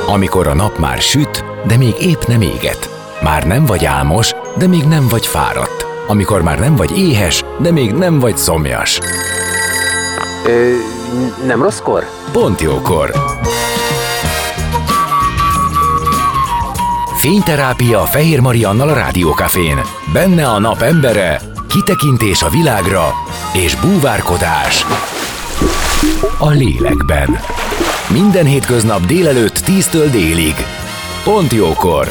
Amikor a nap már süt, de még épp nem éget. Már nem vagy álmos, de még nem vagy fáradt. Amikor már nem vagy éhes, de még nem vagy szomjas. Nem rosszkor? Pont jókor. Fényterápia Fehér Mariannal a Rádiókafén. Benne a nap embere, kitekintés a világra és búvárkodás a lélekben. Minden hétköznap délelőtt 10-től délig. Pont jókor.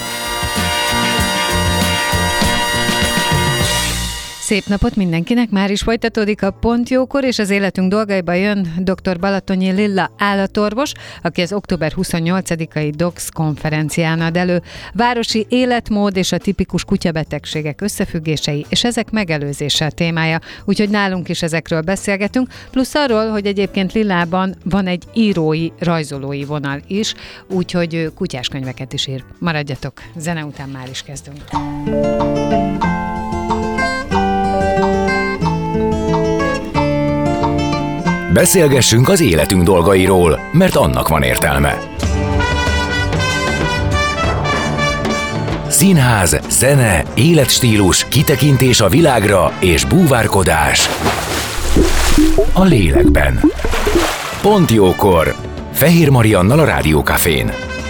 Szép napot mindenkinek, már is folytatódik a Pont jókor, és az életünk dolgaiba jön dr. Balatonyi Lilla állatorvos, aki az október 28-ai DOX konferencián ad elő városi életmód és a tipikus kutyabetegségek összefüggései, és ezek megelőzése a témája, úgyhogy nálunk is ezekről beszélgetünk, plusz arról, hogy egyébként Lillában van egy írói, rajzolói vonal is, úgyhogy kutyás könyveket is ír. Maradjatok, zene után már is kezdünk. Beszélgessünk az életünk dolgairól, mert annak van értelme. Színház, zene, életstílus, kitekintés a világra és búvárkodás a lélekben. Pont jókor. Fehér Mariannal a Rádiókafén.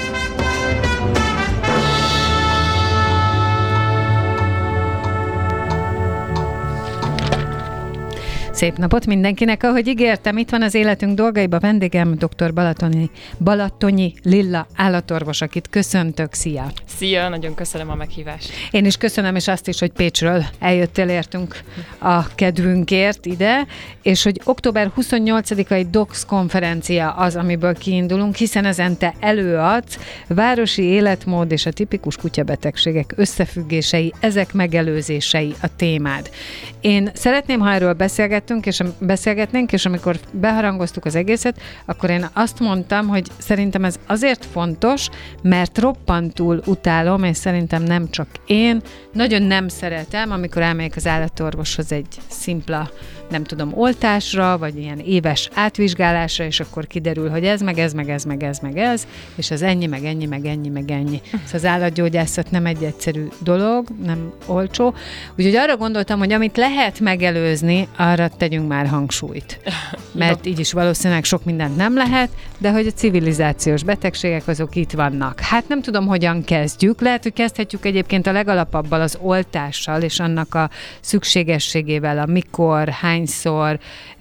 Szép napot mindenkinek! Ahogy ígértem, itt van az életünk dolgaiba vendégem, dr. Balatonyi Lilla állatorvos, akit köszöntök. Szia! Szia! Nagyon köszönöm a meghívást. Én is köszönöm, és azt is, hogy Pécsről eljöttél értünk a kedvünkért ide, és hogy október 28-ai DOX konferencia az, amiből kiindulunk, hiszen ezen te előadsz városi életmód és a tipikus kutyabetegségek összefüggései, ezek megelőzései a témád. Én szeretném, ha erről beszélgetnénk, és amikor beharangoztuk az egészet, akkor én azt mondtam, hogy szerintem ez azért fontos, mert roppantul utálom, és szerintem nem csak én, nagyon nem szeretem, amikor elmegyek az állatorvoshoz egy szimpla, nem tudom, oltásra, vagy ilyen éves átvizsgálásra, és akkor kiderül, hogy ez, meg ez, meg ez, meg ez, meg ez, és az ennyi, meg ennyi, meg ennyi, meg ennyi. Szóval az állatgyógyászat nem egy egyszerű dolog, nem olcsó. Úgyhogy arra gondoltam, hogy amit lehet megelőzni, arra tegyünk már hangsúlyt. Mert így is valószínűleg sok mindent nem lehet, de hogy a civilizációs betegségek azok itt vannak. Hát nem tudom, hogyan kezdjük. Lehet, hogy kezdhetjük egyébként a legalapabbal, az oltással, és annak a szükségességével, a mikor, hányszor.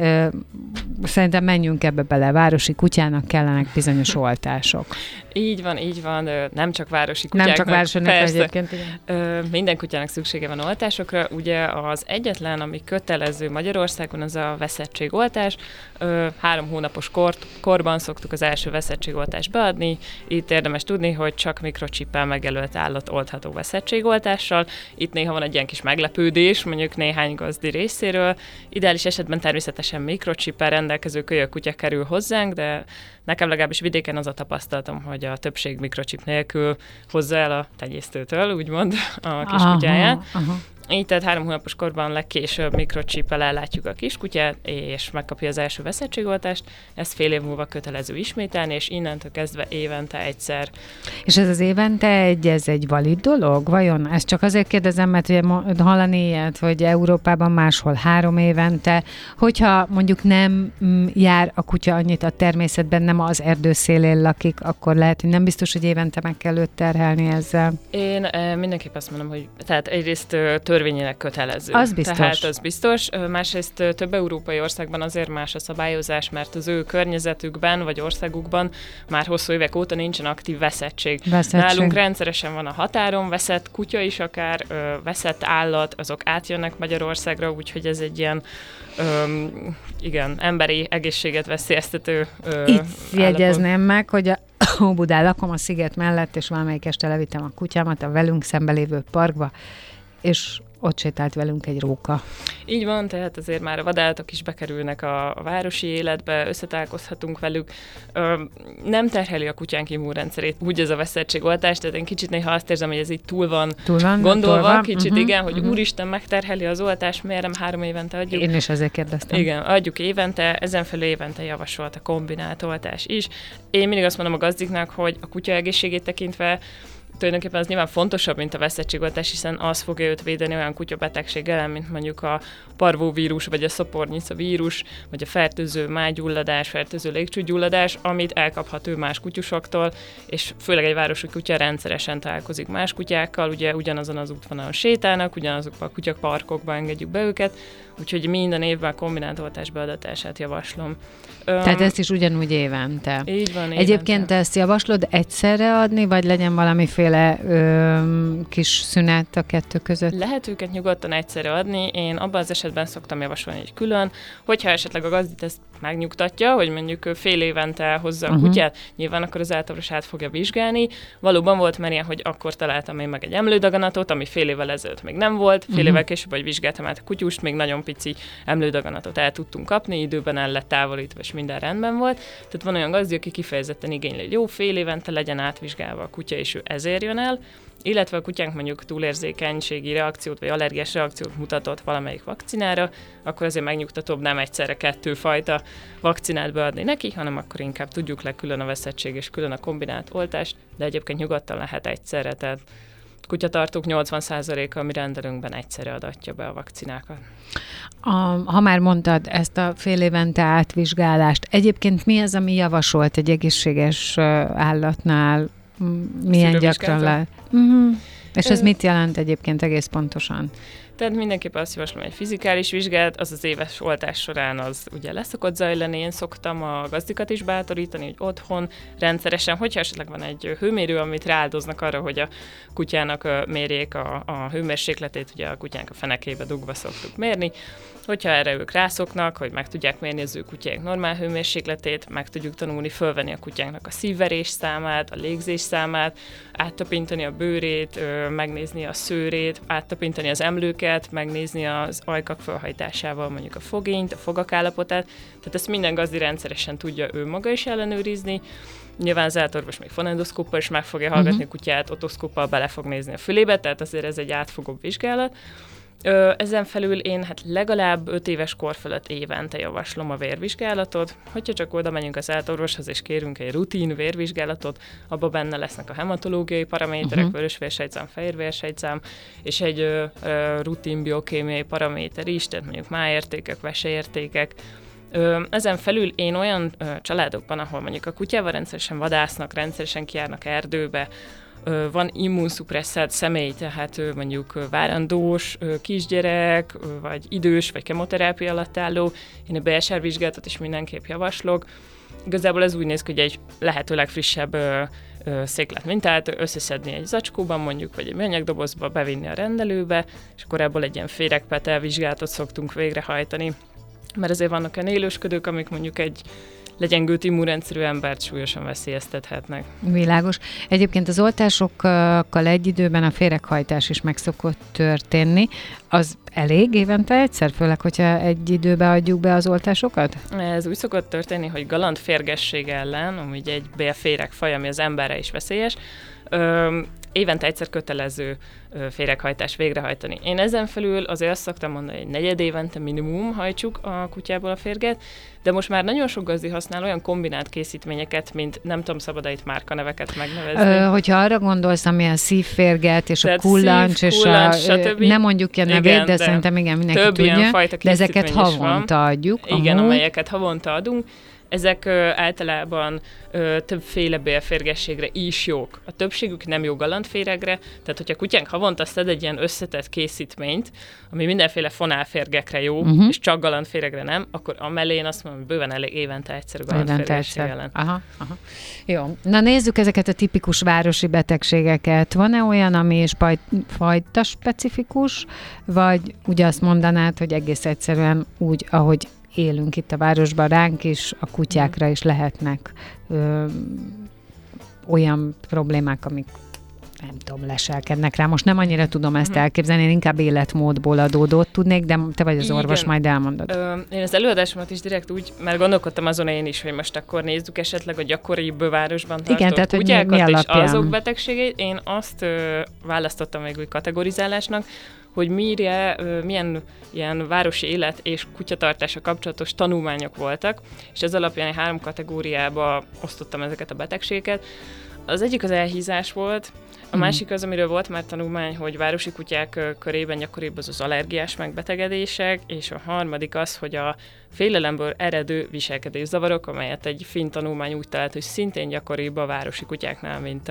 Szerintem menjünk ebbe bele. Városi kutyának kellenek bizonyos oltások. Így van. Nem csak városi kutyáknak. Nem csak városoknak egyébként. Minden kutyának szüksége van oltásokra. Ugye az egyetlen, ami kötelező Magyarországon, az a veszettségoltás. 3 hónapos korban szoktuk az első veszettségoltást beadni. Itt érdemes tudni, hogy csak mikrocsippel megjelölt állat oldható veszettségoltással. Itt néha van egy ilyen kis meglepődés, mondjuk néhány gazdi részéről. Ideális esetben természetesen mikrocsippel rendelkező kölyök kutya kerül hozzánk, de nekem legalábbis vidéken az a tapasztalatom, hogy a többség mikrocsip nélkül hozza el a tenyésztőtől, úgymond a kiskutyáját. Így tehát 3 hónapos korban legkésőbb mikrocsippel ellátjuk a kiskutyát, és megkapja az első veszettségoltást. Ezt fél év múlva kötelező ismételni, és innentől kezdve évente egyszer. És ez az évente ez egy valid dolog? Vajon? Ezt csak azért kérdezem, mert ugye hallani ilyet, hogy Európában máshol 3 évente, hogyha mondjuk nem jár a kutya annyit a természetben, nem az erdő szélén lakik, akkor lehet, hogy nem biztos, hogy évente meg kell őt terhelni ezzel. Én mindenképp azt mondom, hogy tehát egyrészt törvényileg kötelező. Az biztos. Tehát az biztos. Másrészt több európai országban azért más a szabályozás, mert az ő környezetükben vagy országukban már hosszú évek óta nincsen aktív veszettség. Nálunk rendszeresen van a határon veszett kutya is, akár veszett állat, azok átjönnek Magyarországra, úgyhogy ez egy ilyen emberi egészséget veszélyeztető Itt jegyezném meg, hogy a Óbudán lakom a sziget mellett, és valamelyik este levittem a kutyámat a velünk szembe lévő parkba, és ott sétált velünk egy róka. Így van, tehát azért már a vadállatok is bekerülnek a városi életbe, összetalálkozhatunk velük. Nem terheli a kutyánk immunrendszerét úgy ez a veszettségoltás, tehát én kicsit néha azt érzem, hogy ez így túl van gondolva, kicsit igen, hogy úristen, megterheli az oltás, miért nem 3 évente adjuk. Én is ezért kérdeztem. Igen, adjuk évente, ezen felül évente javasolt a kombinált oltás is. Én mindig azt mondom a gazdiknak, hogy a kutya egészségét tekintve tulajdonképpen az nyilván fontosabb, mint a veszettségoltás, hiszen az fogja őt védeni olyan kutyabetegség ellen, mint mondjuk a parvóvírus, vagy a szopornyica vírus, vagy a fertőző májgyulladás, fertőző légcsőgyulladás, amit elkaphat ő más kutyusoktól, és főleg egy városi kutya rendszeresen találkozik más kutyákkal, ugye ugyanazon az útvonalon sétálnak, ugyanazokban a kutyaparkokban engedjük be őket, úgyhogy minden évben kombinált oltás beadatását javaslom. Tehát ezt is ugyanúgy évente. Így van, Egyébként ezt javaslod egyszerre adni, vagy legyen valamiféle kis szünet a kettő között? Lehet őket nyugodtan egyszerre adni. Én abban az esetben szoktam javasolni egy külön, hogyha esetleg a gazdit ezt megnyugtatja, hogy mondjuk fél évente hozza a kutyát, nyilván akkor az átorvos át fogja vizsgálni. Valóban volt már ilyen, hogy akkor találtam én meg egy emlődaganatot, ami fél évvel ezelőtt még nem volt, fél évvel később, hogy vizsgáltam át a kutyust, még nagyon pici emlődaganatot el tudtunk kapni, időben el lett távolítva, és minden rendben volt. Tehát van olyan gazdi, aki kifejezetten igényli, hogy jó, fél évente legyen átvizsgálva a kutya, és ő ezért jön el, illetve a kutyánk mondjuk túlérzékenységi reakciót vagy allergiás reakciót mutatott valamelyik vakcinára, akkor azért megnyugtatóbb nem egyszerre 2 fajta vakcinát beadni neki, hanem akkor inkább tudjuk le külön a veszettség és külön a kombinált oltást, de egyébként nyugodtan lehet egyszerre, tehát kutyatartók 80%-a, ami rendelőnkben egyszerre adatja be a vakcinákat. Ha már mondtad ezt a fél évente átvizsgálást, egyébként mi az, ami javasolt egy egészséges állatnál? Milyen gyakran lehet? És ez mit jelent egyébként egész pontosan? Tehát mindenképpen azt javaslom, egy fizikális vizsgát, az az éves oltás során az ugye leszokott zajlani. Én szoktam a gazdikat is bátorítani, hogy otthon rendszeresen, hogyha esetleg van egy hőmérő, amit rááldoznak arra, hogy a kutyának mérjék a hőmérsékletét, ugye a kutyánk a fenekébe dugva szoktuk mérni. Hogyha erre ők rászoknak, hogy meg tudják mérni az ő kutyák normál hőmérsékletét, meg tudjuk tanulni fölvenni a kutyánknak a szívverés számát, a légzés számát, áttapintani a bőrét, megnézni a szőrét, áttapintani az emlőket, megnézni az ajkak fölhajtásával mondjuk a fogényt, a fogak állapotát. Tehát ezt minden gazdi rendszeresen tudja ő maga is ellenőrizni. Nyilván az átorvos még fonendoszkóppal is meg fogja hallgatni a kutyát, otoszkóppal bele fog nézni a fülébe, tehát azért ez egy átfogóbb vizsgálat. Ezen felül én legalább 5 éves kor fölött évente javaslom a vérvizsgálatot. Hogyha csak oda megyünk az átorvoshoz és kérünk egy rutin vérvizsgálatot, abban benne lesznek a hematológiai paraméterek, vörösvérsejtszám, fehérvérsejtszám, és egy rutin biokémiai paraméter is, tehát mondjuk májértékek, veseértékek. Ezen felül én olyan családokban, ahol mondjuk a kutyával rendszeresen vadásznak, rendszeresen kijárnak erdőbe, van immunszupresszát személy, tehát mondjuk várandós kisgyerek, vagy idős, vagy kemoterápia alatt álló, én a BSR vizsgálatot is mindenképp javaslok. Igazából ez úgy néz ki, hogy egy lehetőleg frissebb székletmintát összeszedni egy zacskóban mondjuk, vagy egy műanyagdobozba, bevinni a rendelőbe, és akkor ebből egy ilyen féregpetel vizsgálatot szoktunk végrehajtani. Mert azért vannak olyan élősködők, amik mondjuk egy legyengült immunrendszerű embert súlyosan veszélyeztethetnek. Világos. Egyébként az oltásokkal egy időben a féreghajtás is meg szokott történni. Az elég évente egyszer, főleg, hogyha egy időben adjuk be az oltásokat? Ez úgy szokott történni, hogy galantférgesség ellen, amúgy egy féregfaj, ami az emberre is veszélyes, évente egyszer kötelező féreghajtást végrehajtani. Én ezen felül azért azt szoktam mondani, hogy 4 évente minimum hajtsuk a kutyából a férget, de most már nagyon sok gazdi használ olyan kombinált készítményeket, mint nem tudom szabad itt márkaneveket megnevezni. Hogyha arra gondolsz, ami a szívférget, és tehát a kullancs, és nem mondjuk ki a nevét, igen, de szerintem igen, mindenki több tudja, ilyen fajta de ezeket havonta adjuk. Igen, amelyeket havonta adunk. Ezek általában többféle bélférgességre is jók. A többségük nem jó galantféregre, tehát hogyha a kutyánk havonta szed egy ilyen összetett készítményt, ami mindenféle fonálférgekre jó, és csak galantféregre nem, akkor amellé én azt mondom, hogy bőven elég évente egyszer galantférgesség ellen. Aha. Jó. Na nézzük ezeket a tipikus városi betegségeket. Van-e olyan, ami is fajta specifikus, vagy ugye azt mondanád, hogy egész egyszerűen úgy, ahogy élünk itt a városban, ránk is, a kutyákra is lehetnek olyan problémák, amik nem tudom, leselkednek rá. Most nem annyira tudom ezt elképzelni, én inkább életmódból adódott tudnék, de te vagy az orvos, igen. majd elmondod. Én az előadásomat is direkt úgy, mert gondolkodtam azon én is, hogy most akkor nézzük esetleg a gyakoribb városban tartott igen, tehát, kutyákat, mi és alapján? azok betegségeit. Én azt választottam végül kategorizálásnak, hogy milyen ilyen városi élet és kutyatartása kapcsolatos tanulmányok voltak, és ez alapján 3 kategóriába osztottam ezeket a betegségeket. Az egyik az elhízás volt, a másik az, amiről volt már tanulmány, hogy városi kutyák körében gyakoribb az allergiás megbetegedések, és a harmadik az, hogy a félelemből eredő viselkedészavarok, amelyet egy finn tanulmány úgy talált, hogy szintén gyakoribb a városi kutyáknál, mint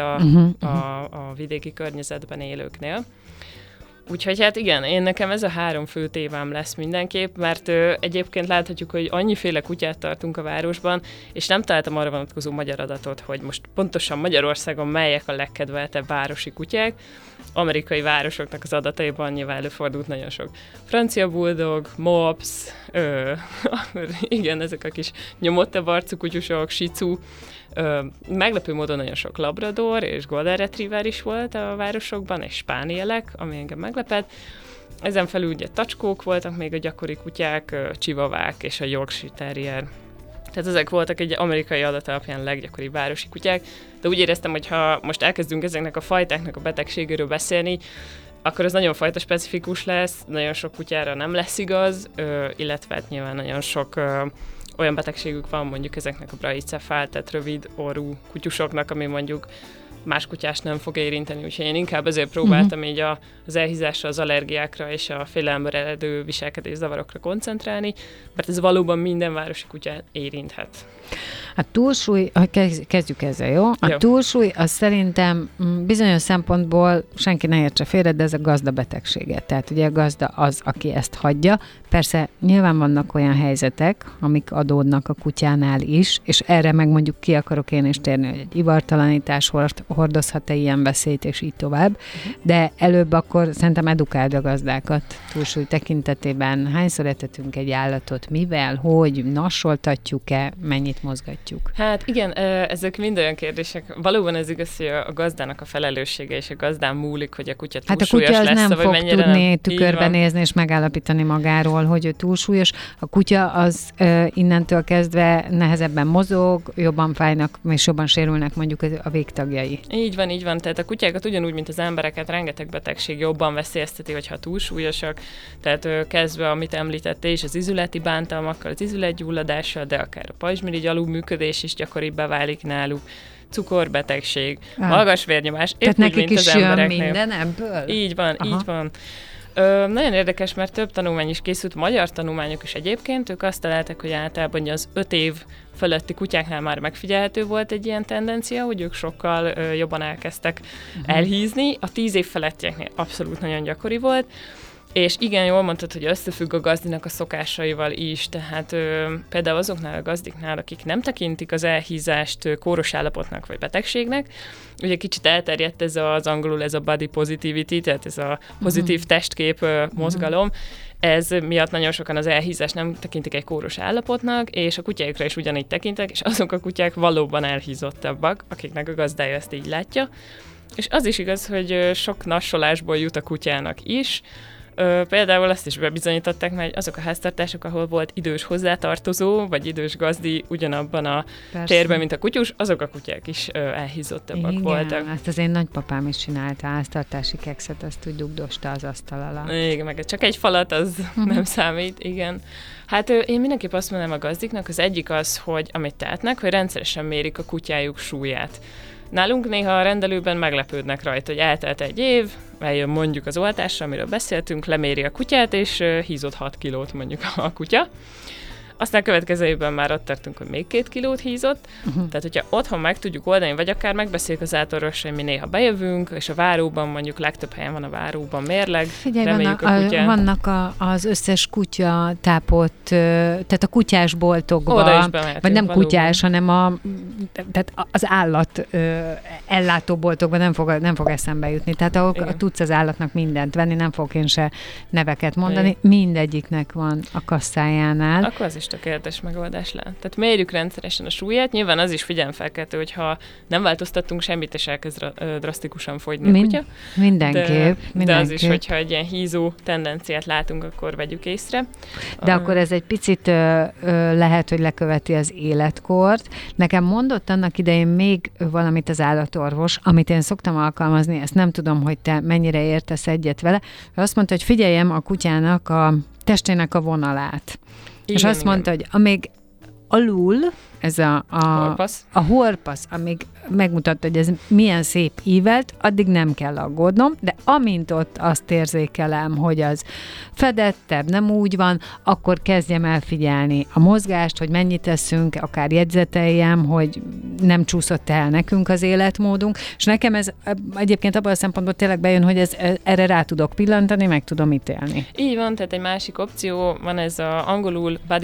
a vidéki környezetben élőknél. Úgyhogy hát igen, nekem ez a 3 fő témám lesz mindenképp, mert egyébként láthatjuk, hogy annyiféle kutyát tartunk a városban, és nem találtam arra vonatkozó magyar adatot, hogy most pontosan Magyarországon melyek a legkedveltebb városi kutyák. Amerikai városoknak az adataiban nyilván előfordult nagyon sok francia bulldog, mops, igen, ezek a kis nyomottabb arcú kutyusok, shih tzu. Meglepő módon nagyon sok labrador és golden retriever is volt a városokban, és spánielek, ami engem meglepett. Ezen felül ugye tacskók voltak még a gyakori kutyák, csivavák és a Yorkshire terrier. Tehát ezek voltak egy amerikai adat alapján leggyakoribb városi kutyák, de úgy éreztem, hogy ha most elkezdünk ezeknek a fajtáknak a betegségéről beszélni, akkor ez nagyon fajta specifikus lesz, nagyon sok kutyára nem lesz igaz, illetve hát nyilván nagyon sok olyan betegségük van, mondjuk ezeknek a brachycephal, tehát rövid orrú kutyusoknak, ami mondjuk más kutyást nem fog érinteni, úgyhogy én inkább ezért próbáltam így az elhízásra, az allergiákra és a félelemből eredő viselkedészavarokra koncentrálni, mert ez valóban minden városi kutyát érinthet. A túlsúly, kezdjük ezzel, jó? A túlsúly az szerintem bizonyos szempontból senki ne értse félre, de ez a gazda betegsége. Tehát ugye a gazda az, aki ezt hagyja. Persze nyilván vannak olyan helyzetek, amik adódnak a kutyánál is, és erre meg mondjuk ki akarok én is térni, hogy egy ivartalanítás hordozhat-e ilyen veszélyt, és így tovább. De előbb akkor szerintem edukáld a gazdákat túlsúly tekintetében. Hányszor etetünk egy állatot, mivel, hogy, nassoltatjuk-e, mennyit mozgatjuk? Hát igen, ezek mind olyan kérdések. Valóban ez igaz, hogy a gazdának a felelőssége és a gazdán múlik, hogy a kutya túlsúlyos lesz. Hát a kutya az nem fog tudni tükörbe nem... nézni és megállapítani magáról, hogy ő túlsúlyos. A kutya az innentől kezdve nehezebben mozog, jobban fájnak, és jobban sérülnek mondjuk a végtagjai. Így van. Tehát a kutyákat ugyanúgy, mint az embereket, rengeteg betegség jobban veszélyezteti, hogyha túlsúlyosak. Tehát kezdve, amit említettél is, az izületi bántalmakkal, az izületgyulladással, de akár a pajzsmirigy alulműködés is gyakoribbá válik náluk, cukorbetegség, magas vérnyomás, tehát épp úgy, mint az embereknél. Minden ebből? Így van. Nagyon érdekes, mert több tanulmány is készült, magyar tanulmányok is egyébként, ők azt találták, hogy általában az 5 év fölötti kutyáknál már megfigyelhető volt egy ilyen tendencia, hogy ők sokkal jobban elkezdtek elhízni, a 10 év felettieknél abszolút nagyon gyakori volt, és igen, jól mondtad, hogy összefügg a gazdinak a szokásaival is, tehát például azoknál a gazdiknál, akik nem tekintik az elhízást kóros állapotnak vagy betegségnek, ugye kicsit elterjedt ez az angolul, ez a body positivity, tehát ez a pozitív testkép mozgalom, ez miatt nagyon sokan az elhízást nem tekintik egy kóros állapotnak, és a kutyáikra is ugyanígy tekintek, és azok a kutyák valóban elhízottabbak, akiknek a gazdája ezt így látja. És az is igaz, hogy sok nassolásból jut a kutyának is. Például azt is bebizonyították, hogy azok a háztartások, ahol volt idős hozzátartozó, vagy idős gazdi ugyanabban a térben, mint a kutyus, azok a kutyák is elhízottabbak voltak. Hát az én nagypapám is csinálta háztartási kekszet, azt úgy dugdosta az asztal alá. Igen, meg csak egy falat, az nem számít, igen. Hát én mindenképp azt mondanám a gazdiknak, az egyik az, hogy amit tehetnek, hogy rendszeresen mérik a kutyájuk súlyát. Nálunk néha a rendelőben meglepődnek rajta, hogy eltelt egy év, eljön mondjuk az oltásra, amiről beszéltünk, leméri a kutyát, és hízott 6 kilót mondjuk a kutya. Aztán a következő évben már ott tartunk, hogy még 2 kilót hízott. Tehát, hogyha otthon meg tudjuk oldani, vagy akár megbeszéljük az átorvossal, hogy mi néha bejövünk, és a váróban mondjuk legtöbb helyen van a váróban mérleg, reméljük a kutyát. Vannak az összes kutya tápot, tehát a kutyás boltokban, vagy nem valóban. Kutyás, hanem tehát az állat ellátó boltokban nem fog eszembe jutni. Tehát ahol tudsz az állatnak mindent venni, nem fogok én se neveket mondani, mindegyiknek van a kasszájánál. Akkor az is tökéletes megoldás lehet. Tehát mérjük rendszeresen a súlyát, nyilván az is figyelemfelkeltő, hogyha nem változtattunk semmit, és elkezd drasztikusan fogyni a kutya. Mindenképp. De az is, hogyha egy ilyen hízó tendenciát látunk, akkor vegyük észre. De akkor ez egy picit lehet, hogy leköveti az életkort. Nekem mondott annak idején még valamit az állatorvos, amit én szoktam alkalmazni, ezt nem tudom, hogy te mennyire értesz egyet vele. Azt mondta, hogy figyeljem a kutyának a testének a vonalát. Igen, és azt mondta, hogy amíg alul ez a horpasz, amíg megmutatta, hogy ez milyen szép ívelt, addig nem kell aggódnom, de amint ott azt érzékelem, hogy az fedettebb, nem úgy van, akkor kezdjem el figyelni a mozgást, hogy mennyit teszünk, akár jegyzeteljem, hogy nem csúszott el nekünk az életmódunk, és nekem ez egyébként abban a szempontból tényleg bejön, hogy erre rá tudok pillantani, meg tudom ítélni. Így van, tehát egy másik opció van, ez a angolul Body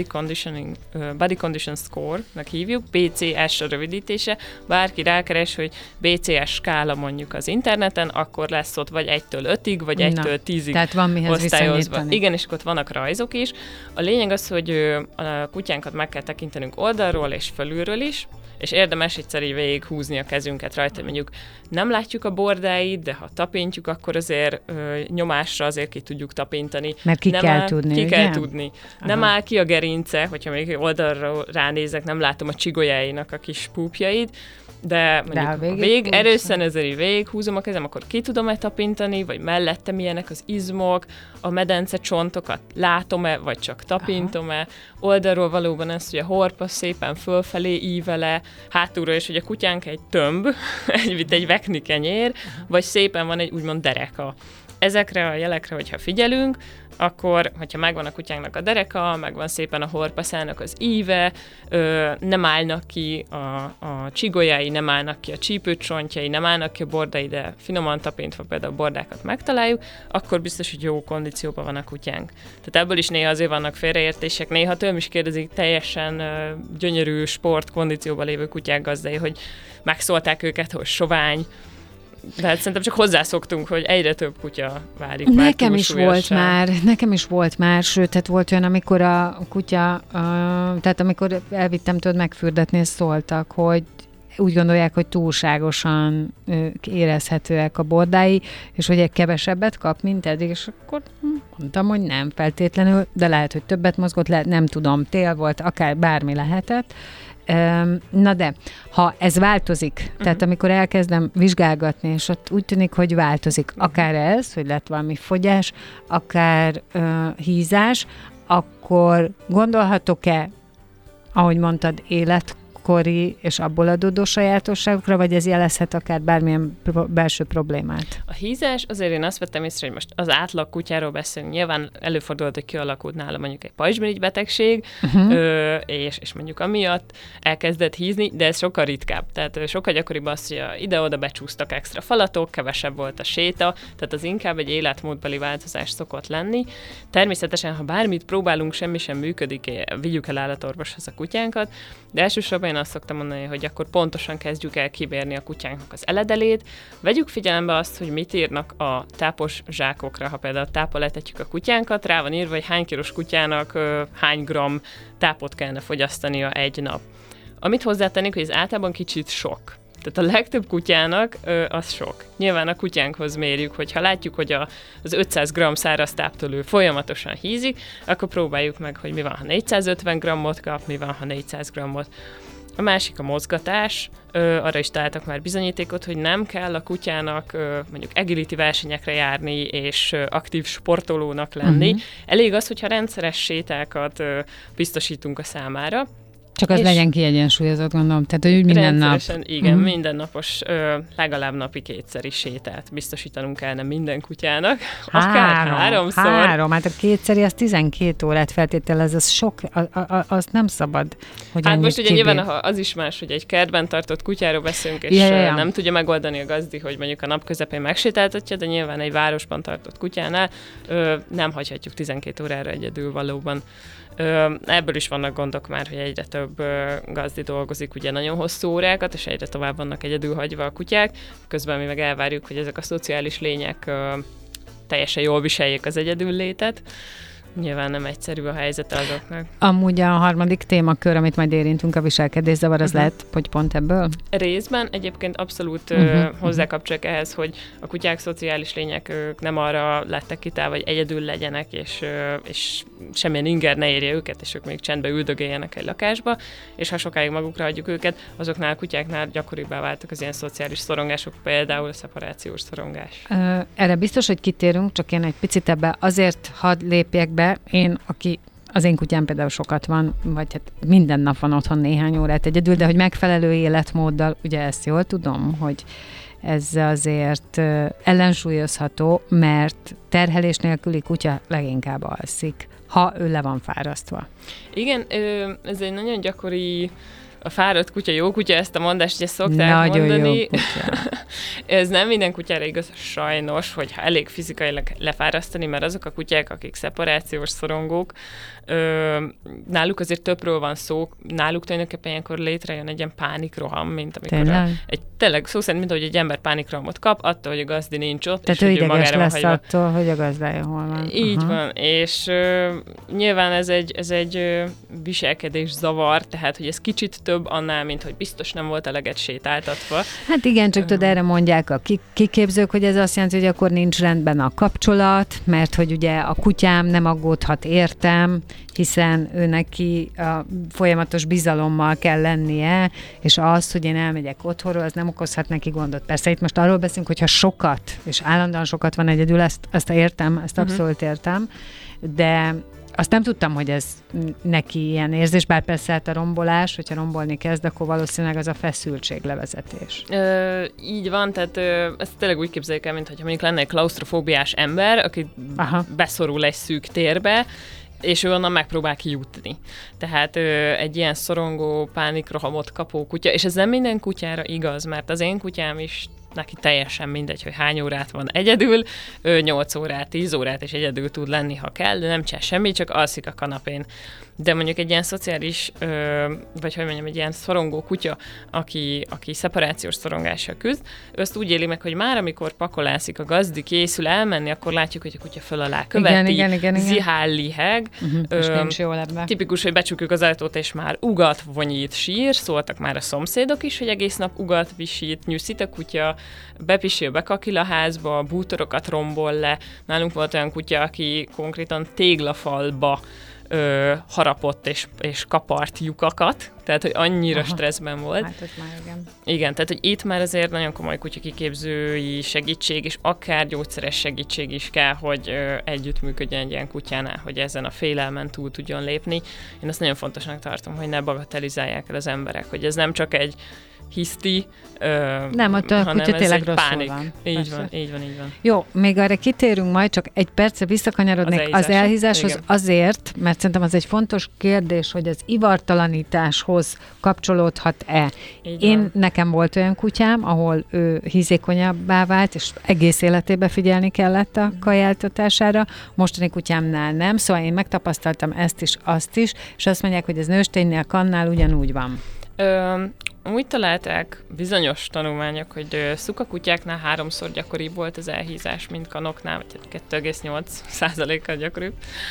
Condition Score-nak hívjuk, BCS a rövidítése, bárki rákeres, hogy BCS skála mondjuk az interneten, akkor lesz ott vagy 1-től 5-ig, vagy 1-től 10-ig tehát van mihez osztályozva. Igen, és ott vannak rajzok is. A lényeg az, hogy a kutyánkat meg kell tekintenünk oldalról és fölülről is, és érdemes egyszer így végighúzni a kezünket rajta, mondjuk nem látjuk a bordáit, de ha tapintjuk, akkor azért nyomásra azért ki tudjuk tapintani. Mert ki kell tudni. Nem áll ki a gerince, hogyha még oldalra ránézek, nem látom a csigolyáinak a kis púpjait, de mondjuk erősen ezért végighúzom a kezem, akkor ki tudom-e tapintani, vagy mellettem milyenek az izmok, a medence csontokat látom-e, vagy csak tapintom-e, oldalról valóban ez, hogy a horpasz szépen fölfelé ívele, hátulról is, hogy a kutyánk egy tömb, egy vekni kenyér, vagy szépen van egy úgymond dereka. Ezekre a jelekre, hogyha figyelünk, akkor, hogyha megvan a kutyánknak a dereka, megvan szépen a horpaszának az íve, nem állnak ki a csigolyái, nem állnak ki a csípőcsontjai, nem állnak ki a bordái, de finoman tapintva például a bordákat megtaláljuk, akkor biztos, hogy jó kondícióban van a kutyánk. Tehát ebből is néha azért vannak félreértések, néha tőlem is kérdezik teljesen gyönyörű sportkondícióban lévő kutyák gazdái, hogy megszólták őket, hogy sovány, de hát szerintem csak hozzászoktunk, hogy egyre több kutya válik nekem is volt már, sőt, tehát volt olyan, amikor a kutya, tehát amikor elvittem tőled megfürdetni, szóltak, hogy úgy gondolják, hogy túlságosan érezhetőek a bordái, és hogy egy kevesebbet kap, mint eddig, és akkor mondtam, hogy nem feltétlenül, de lehet, hogy többet mozgott, lehet, nem tudom, tél volt, akár bármi lehetett. Na de, ha ez változik, tehát amikor elkezdem vizsgálgatni, és ott úgy tűnik, hogy változik, akár ez, hogy lett valami fogyás, akár hízás, akkor gondolhatok-e, ahogy mondtad, életkori és abból adódó sajátosságokra, vagy ez jelezhet akár bármilyen belső problémát? A hízás, azért én azt vettem észre, hogy most az átlag kutyáról beszélünk, nyilván előfordult, hogy kialakult nála mondjuk egy pajzsmirigy betegség, és mondjuk amiatt elkezdett hízni, de ez sokkal ritkább. Tehát sokkal gyakoribb az, hogy ide-oda becsúsztak extra falatok, kevesebb volt a séta, tehát az inkább egy életmódbeli változás szokott lenni. Természetesen, ha bármit próbálunk, semmi sem működik, vigyük el állatorvoshoz a kutyánkat, de elsősorban én azt szoktam mondani, hogy akkor pontosan kezdjük el kibérni a kutyánknak az eledelét, vegyük figyelembe azt, hogy mit írnak a tápos zsákokra, ha például táppal etetjük a kutyánkat, rá van írva, hogy hány kilós kutyának hány gramm tápot kellene fogyasztania egy nap. Amit hozzátennék, hogy ez általában kicsit sok. Tehát a legtöbb kutyának az sok. Nyilván a kutyánkhoz mérjük, hogy ha látjuk, hogy az 500 g száraz táptól ő folyamatosan hízik, akkor próbáljuk meg, hogy mi van, ha 450 g-ot kap, mi van, ha 400 g-ot. A másik a mozgatás, arra is találtak már bizonyítékot, hogy nem kell a kutyának mondjuk agility versenyekre járni és aktív sportolónak lenni. Elég az, hogyha rendszeres sétákat biztosítunk a számára. Csak az legyen kiegyensúlyozott, gondolom. Tehát, hogy úgy minden nap. Igen, mindennapos, legalább napi 2-szer sétát biztosítanunk kellene minden kutyának. Akár 3-szor. 3, hát a 2-szeri az 12 órát feltételez, az sok, azt nem szabad, hogy hát most ugye nyilván az is más, hogy egy kertben tartott kutyáról beszélünk, és nem tudja megoldani a gazdi, hogy mondjuk a nap közepén megsétáltatja, de nyilván egy városban tartott kutyánál nem hagyhatjuk 12 órára egyedül valóban. Ebből is vannak gondok már, hogy egyre több gazdi dolgozik ugye nagyon hosszú órákat, és egyre tovább vannak egyedül hagyva a kutyák, közben mi meg elvárjuk, hogy ezek a szociális lények teljesen jól viseljék az egyedüllétet. nyilván nem egyszerű a helyzet azoknak. Amúgy a harmadik témakör, amit majd érintünk, a viselkedészavar, az lehet, hogy pont ebből? Részben egyébként abszolút hozzákapcsolják ehhez, hogy a kutyák szociális lények, ők nem arra lettek kitálva, hogy egyedül legyenek, és semmilyen inger ne érje őket, és ők még csendben üldögéljenek egy lakásba, és ha sokáig magukra hagyjuk őket, azoknál a kutyáknál gyakoribbá váltak az ilyen szociális szorongások, például a szeparációs szorongás. Erre biztos, hogy kitérünk, csak én egy picit ebbe azért hadd lépjek be, az én kutyám például sokat van, vagy hát minden nap van otthon néhány órát egyedül, de hogy megfelelő életmóddal, ugye ezt jól tudom, hogy ez azért ellensúlyozható, mert terhelés nélküli kutya leginkább alszik, ha ő le van fárasztva. Igen, ez egy nagyon gyakori, a fáradt kutya jó kutya, ezt a mondást ugye szokták mondani. Jó kutya. Ez nem minden kutyára igaz, sajnos, hogyha elég fizikailag lefárasztani, mert azok a kutyák, akik szeparációs szorongók, náluk azért többről van szó, náluk tulajdonképpen ilyenkor létrejön egy ilyen pánikroham, mint amikor tényleg szó szerint, mint ahogy egy ember pánikrohamot kap, attól, hogy a gazdi nincs ott. Tehát ő ideges lesz attól, hogy a gazdája hol van. Így van, és nyilván ez egy viselkedés zavar, tehát hogy ez kicsit több annál, mint hogy biztos nem volt eleget sétáltatva. Hát igen, csak tudod, erre mondják a kiképzők, hogy ez azt jelenti, hogy akkor nincs rendben a kapcsolat, mert hogy ugye a kutyám nem aggódhat értem, hiszen ő neki folyamatos bizalommal kell lennie, és az, hogy én elmegyek otthonról, az nem okozhat neki gondot. Persze itt most arról beszélünk, hogyha sokat, és állandóan sokat van egyedül, ezt értem, ezt abszolút értem, de azt nem tudtam, hogy ez neki ilyen érzés, bár persze hát a rombolás, hogyha rombolni kezd, akkor valószínűleg az a feszültséglevezetés. Így van, tehát ezt tényleg úgy képzeljük el, mintha mondjuk lenne egy klausztrofóbiás ember, aki beszorul egy szűk térbe, és ő onnan megpróbál kijutni. Tehát egy ilyen szorongó, pánikrohamot kapó kutya, és ez nem minden kutyára igaz, mert az én kutyám is neki teljesen mindegy, hogy hány órát van egyedül, 8 órát, 10 órát is egyedül tud lenni, ha kell, de nem csinál semmit, csak alszik a kanapén. De mondjuk egy ilyen szociális, vagy hogy mondjam, egy ilyen szorongó kutya, aki szeparációs szorongással küzd, ő azt úgy éli meg, hogy már amikor pakolászik a gazdi, készül elmenni, akkor látjuk, hogy a kutya föl alá követi, igen. zihál, liheg. És nincs jól ebben. Tipikus, hogy becsukjuk az ajtót, és már ugat, vonyít, sír, szóltak már a szomszédok is, hogy egész nap ugat, visít, nyűszít a kutya, bepisil, bekakil a házba, bútorokat rombol le. Nálunk volt olyan kutya, aki konkrétan téglafalba harapott és kapart lyukakat, tehát, hogy annyira stresszben volt. Hát, ott már igen. Igen, tehát, hogy itt már azért nagyon komoly kutyakiképzői segítség, és akár gyógyszeres segítség is kell, hogy együttműködjön egy ilyen kutyánál, hogy ezen a félelmen túl tudjon lépni. Én azt nagyon fontosnak tartom, hogy ne bagatelizálják el az emberek, hogy ez nem csak egy hiszti, nem, ott a hanem kutya ez tényleg egy rosszul pánik. van. Így van. Jó, még arra kitérünk majd, csak egy percre visszakanyarodnék az elhízáshoz. Igen. Azért, mert szerintem az egy fontos kérdés, hogy az ivartalanításhoz kapcsolódhat-e. Nekem volt olyan kutyám, ahol ő hízékonyabbá vált, és egész életében figyelni kellett a kajáltatására. Mostani kutyámnál nem, szóval én megtapasztaltam ezt is, azt is, és azt mondják, hogy ez nősténynél, kannál ugyanúgy van. Úgy találták bizonyos tanulmányok, hogy szukakutyáknál 3-szor gyakoribb volt az elhízás, mint kanoknál, vagy 2,8%-kal gyakoribb.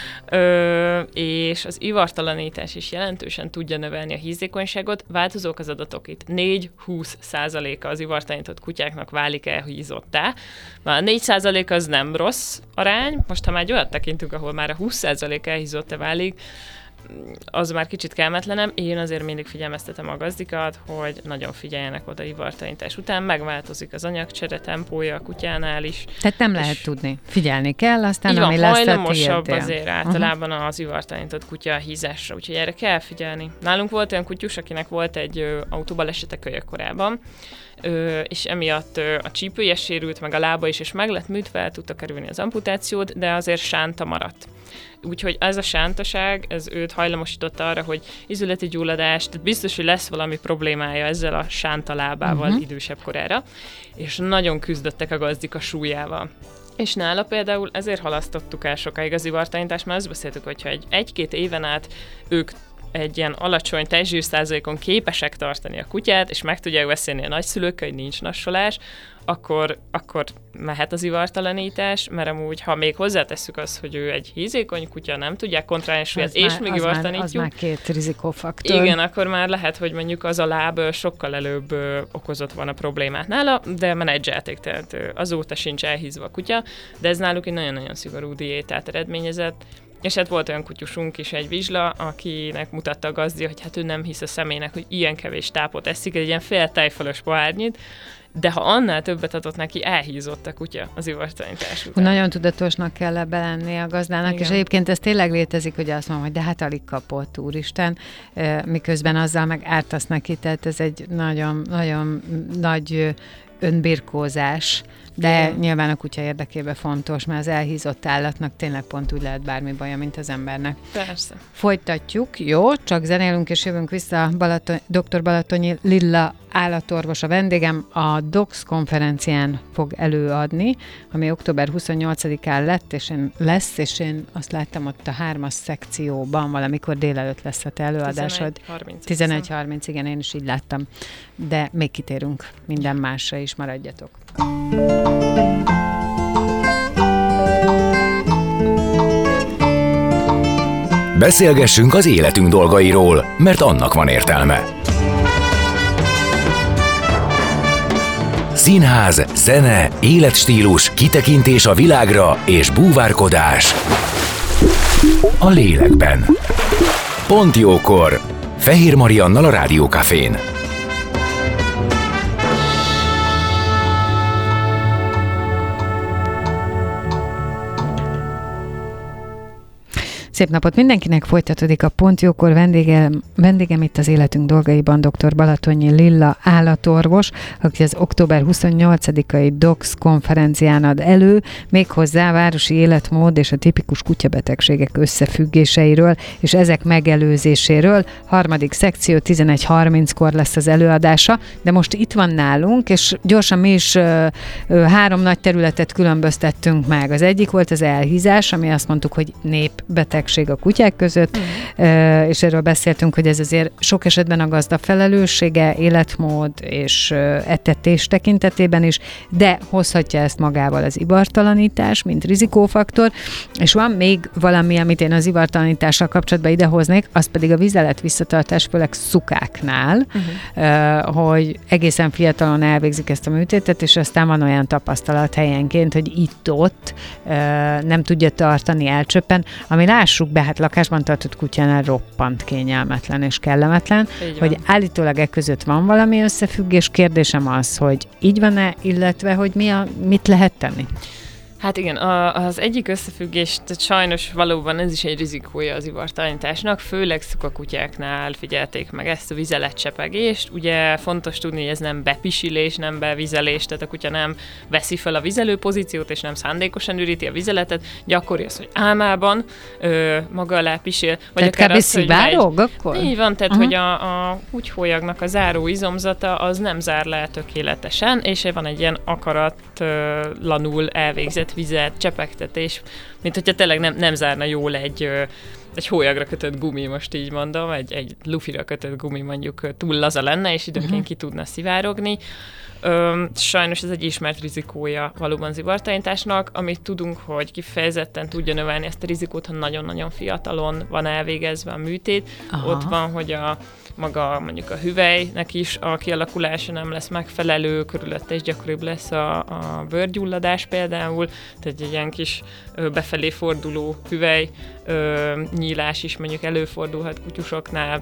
És az ivartalanítás is jelentősen tudja növelni a hízékonyságot. Változók az adatok itt. 4-20%-a az ivartalanított kutyáknak válik elhízottá. Már a 4% az nem rossz arány. Most, ha már egy olyat tekintünk, ahol már a 20% elhízottá válik, az már kicsit kelmetlenem. Én azért mindig figyelmeztetem a gazdikat, hogy nagyon figyeljenek oda ivartalanítás után, megváltozik az anyagcsere tempója a kutyánál is. Tehát nem lehet tudni. Figyelni kell, aztán így ami van, lesz, hajlamosabb azért általában az ivartalanított kutya a hízásra, úgyhogy erre kell figyelni. Nálunk volt olyan kutyus, akinek volt egy autóbalesete kölyökkorában, és emiatt a csípője sérült, meg a lába is, és meg lett műtve, el tudta kerülni az amputációt, de azért sánta maradt. Úgyhogy ez a sántaság, ez őt hajlamosította arra, hogy izületi gyulladás, tehát biztos, hogy lesz valami problémája ezzel a sánta lábával idősebb korára, és nagyon küzdöttek a gazdik a súlyával. És nála például ezért halasztottuk el sokáig az ivartalanítást, mert azt beszéltük, hogyha egy-két éven át ők egy ilyen alacsony testzsírszázalékon képesek tartani a kutyát, és meg tudják beszélni a nagyszülőkkel, hogy nincs nassolás, akkor mehet az ivartalanítás, mert amúgy, ha még hozzátesszük azt, hogy ő egy hízékony kutya, nem tudják kontrollálni a súlyát, és még ivartanítjuk. Az már két rizikófaktor. Igen, akkor már lehet, hogy mondjuk az a láb sokkal előbb okozott volna problémát nála, de menedzselték, tehát azóta sincs elhízva a kutya, de ez náluk egy nagyon-nagyon szigorú diétát eredményezett. És hát volt olyan kutyusunk is, egy vizsla, akinek mutatta a gazdi, hogy hát ő nem hisz a személynek, hogy ilyen kevés tápot eszik, egy ilyen fél tejfalos pohárnyit, de ha annál többet adott neki, elhízott a kutya az ivartalanítás után. Nagyon tudatosnak kell ebbe lenni a gazdának, igen. És egyébként ez tényleg létezik, hogy azt mondom, hogy de hát alig kapott, úristen, miközben azzal meg ártasz neki, tehát ez egy nagyon, nagyon nagy önbirkózás, de nyilván a kutya érdekében fontos, mert az elhízott állatnak tényleg pont úgy lehet bármi baja, mint az embernek. Persze. Folytatjuk, jó? Csak zenélünk és jövünk vissza. Dr. Balatonyi Lilla állatorvos a vendégem, a DOX konferencián fog előadni, ami október 28-án és én azt láttam ott a 3-as szekcióban, valamikor délelőtt lesz a te előadásod. 11:30, igen, én is így láttam. De még kitérünk minden másra is, maradjatok. Beszélgessünk az életünk dolgairól, mert annak van értelme. Színház, zene, életstílus, kitekintés a világra és búvárkodás a lélekben. Pont jókor! Fehér Mariannal a Rádió Cafén. Szép napot mindenkinek, folytatódik a Pont jókor. Vendégem itt az életünk dolgaiban dr. Balatonyi Lilla állatorvos, aki az október 28-ai DOX konferencián ad elő, méghozzá városi életmód és a tipikus kutyabetegségek összefüggéseiről, és ezek megelőzéséről. 3. szekció 11:30-kor lesz az előadása, de most itt van nálunk, és gyorsan mi is 3 nagy területet különböztettünk meg. Az egyik volt az elhízás, ami azt mondtuk, hogy népbeteg a kutyák között, és erről beszéltünk, hogy ez azért sok esetben a gazda felelőssége, életmód és etetés tekintetében is, de hozhatja ezt magával az ivartalanítás, mint rizikófaktor, és van még valami, amit én az ivartalanítással kapcsolatban idehoznék, az pedig a vizelet visszatartás, főleg szukáknál, hogy egészen fiatalon elvégzik ezt a műtétet, és aztán van olyan tapasztalat helyenként, hogy itt-ott nem tudja tartani, elcsöppen, ami lássuk be, hát lakásban tartott kutyánál roppant kényelmetlen és kellemetlen, hogy állítólag között van valami összefüggés. Kérdésem az, hogy így van-e, illetve hogy mit lehet tenni? Hát igen, az egyik összefüggés, tehát sajnos valóban ez is egy rizikója az ivartalanításnak, főleg szukakutyáknál figyelték meg ezt a vizeletcsepegést. Ugye fontos tudni, hogy ez nem bepisilés, nem bevizelés, tehát a kutya nem veszi fel a vizelő pozíciót, és nem szándékosan üríti a vizeletet. Gyakori az, hogy álmában maga alá pisil, vagy tehát akár az, hogy akkor? Így van, tehát hogy a húgyhólyagnak a záró izomzata az nem zár le tökéletesen, és van egy ilyen akaratlanul elvégzett vizet, csepegtetés, mint hogyha tényleg nem zárna jól egy hólyagra kötött gumi, most így mondom, egy lufira kötött gumi mondjuk túl laza lenne, és időnként ki tudna szivárogni. Sajnos ez egy ismert rizikója valóban az ivartalanításnak, amit tudunk, hogy kifejezetten tudja növelni ezt a rizikót, ha nagyon-nagyon fiatalon van elvégezve a műtét. Aha. Ott van, hogy maga mondjuk a hüvelynek is a kialakulása nem lesz megfelelő, körülötte is gyakoribb lesz a bőrgyulladás például, tehát egy ilyen kis befelé forduló hüvely nyílás is mondjuk előfordulhat kutyusoknál.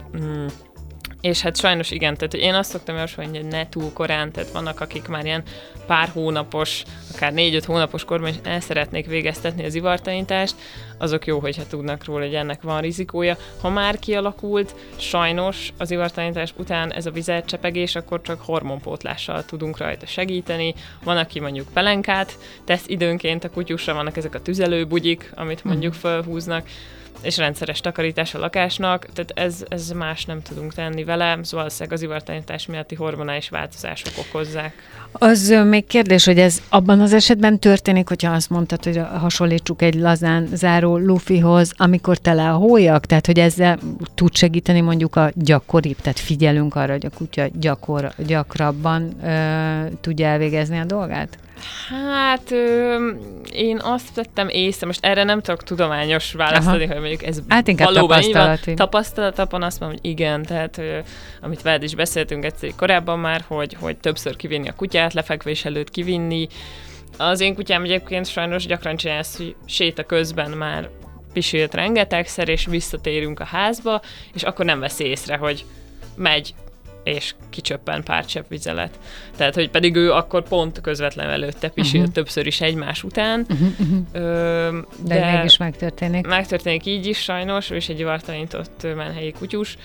És hát sajnos igen, tehát én azt szoktam javasolni, hogy ne túl korán, tehát vannak, akik már ilyen pár hónapos, akár 4-5 hónapos korban is el szeretnék végeztetni az ivartalanítást, azok jó, hogyha tudnak róla, hogy ennek van rizikója. Ha már kialakult, sajnos az ivartalanítás után ez a vizelcsepegés, akkor csak hormonpótlással tudunk rajta segíteni. Van, aki mondjuk pelenkát tesz időnként a kutyusra, vannak ezek a tüzelőbugyik, amit mondjuk felhúznak, és rendszeres takarítás a lakásnak, tehát ez más nem tudunk tenni vele, szóval valószínűleg az ivartanítás miatti hormonális változások okozzák. Az még kérdés, hogy ez abban az esetben történik, hogyha azt mondtad, hogy hasonlítsuk egy lazán záró lufihoz, amikor tele a hólyak, tehát hogy ezzel tud segíteni mondjuk a gyakoribb, tehát figyelünk arra, hogy a kutya gyakrabban tudja elvégezni a dolgát? Hát én azt vettem észre, most erre nem tudok tudományos választani, hogy mondjuk ez valóban tapasztalatban azt mondom, hogy igen, tehát amit veled is beszéltünk egyszer korábban már, hogy többször kivinni a kutyát, lefekvés előtt kivinni. Az én kutyám egyébként sajnos gyakran csinálja ezt, hogy séta közben már pisilt rengetegszer, és visszatérünk a házba, és akkor nem veszi észre, hogy megy és kicsöppen pár csepp vizelet. Tehát, hogy pedig ő akkor pont közvetlenül előtte pisilt többször is egymás után. De mégis megtörténik. Megtörténik így is sajnos, ő is egy ivartanított menhelyi kutyus.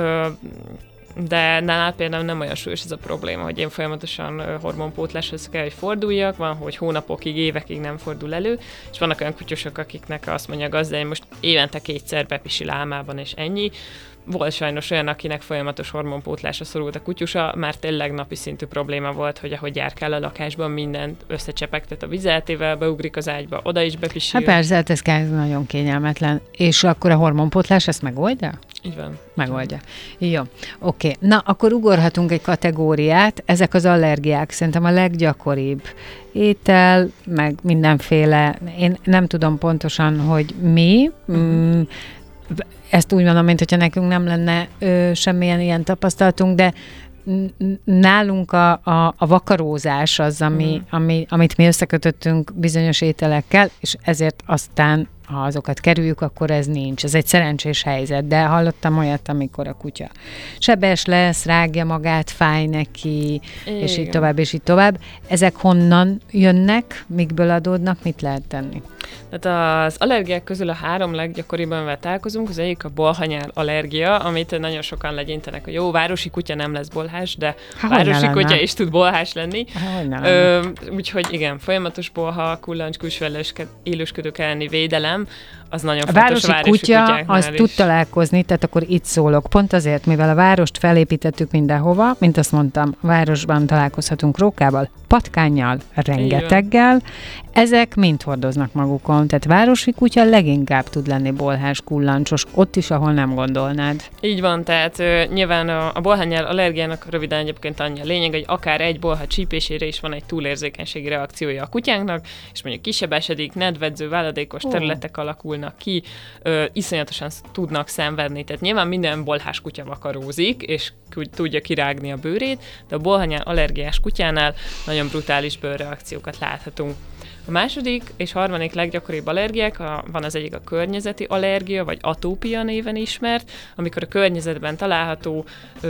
De nálál például nem olyan súlyos ez a probléma, hogy én folyamatosan hormonpótláshoz kell, hogy forduljak, van, hogy hónapokig, évekig nem fordul elő, és vannak olyan kutyusok, akiknek azt mondja a gazda, hogy most évente 2-szer bepisil álmában, és ennyi. Volt sajnos olyan, akinek folyamatos hormonpótlásra szorult a kutyusa, már tényleg napi szintű probléma volt, hogy ahogy járkál a lakásban, mindent összecsepegtet a vizeltével, beugrik az ágyba, oda is bepisil. Hát persze, ez nagyon kényelmetlen. És akkor a hormonpótlás ezt megoldja? Így van. Megoldja. Jó, oké. Na, akkor ugorhatunk egy kategóriát. Ezek az allergiák szerintem a leggyakoribb étel, meg mindenféle, én nem tudom pontosan, hogy mi, ezt úgy mondom, mint hogyha nekünk nem lenne semmilyen ilyen tapasztalatunk, de nálunk a vakarózás az, amit mi összekötöttünk bizonyos ételekkel, és ezért aztán, ha azokat kerüljük, akkor ez nincs. Ez egy szerencsés helyzet, de hallottam olyat, amikor a kutya sebes lesz, rágja magát, fáj neki, és így tovább, és így tovább. Ezek honnan jönnek, mikből adódnak, mit lehet tenni? Tehát az allergiák közül a 3 leggyakoriban, amivel találkozunk, az egyik a bolhanyál allergia, amit nagyon sokan legyintenek, hogy jó, városi kutya nem lesz bolhás, de városi kutya is tud bolhás lenni. Úgyhogy igen, folyamatos bolha, kullancs, külső élősködők elleni védelem, az nagyon fontos a városi kutya, az tud találkozni, tehát akkor itt szólok. Pont azért, mivel a várost felépítettük mindenhova, mint azt mondtam, a városban találkozhatunk rókával, patkánnyal, rengeteggel, ezek mind hordoznak magukon. Tehát városi kutya leginkább tud lenni bolhás, kullancsos, ott is, ahol nem gondolnád. Így van, tehát nyilván a bolhányál allergiának röviden egyébként annyi a lényeg, hogy akár egy bolha csípésére is van egy túlérzékenységi reakciója a kutyánknak, és mondjuk kisebesedik, nedvedző, váladékos területek alakulnak ki, iszonyatosan tudnak szenvedni. Tehát nyilván minden bolhás kutya vakarózik, és tudja kirágni a bőrét, de a bolhanyál allergiás kutyánál nagyon brutális bőrreakciókat láthatunk. A második és harmadik leggyakoribb allergiák, van az egyik a környezeti allergia, vagy atópia néven ismert, amikor a környezetben található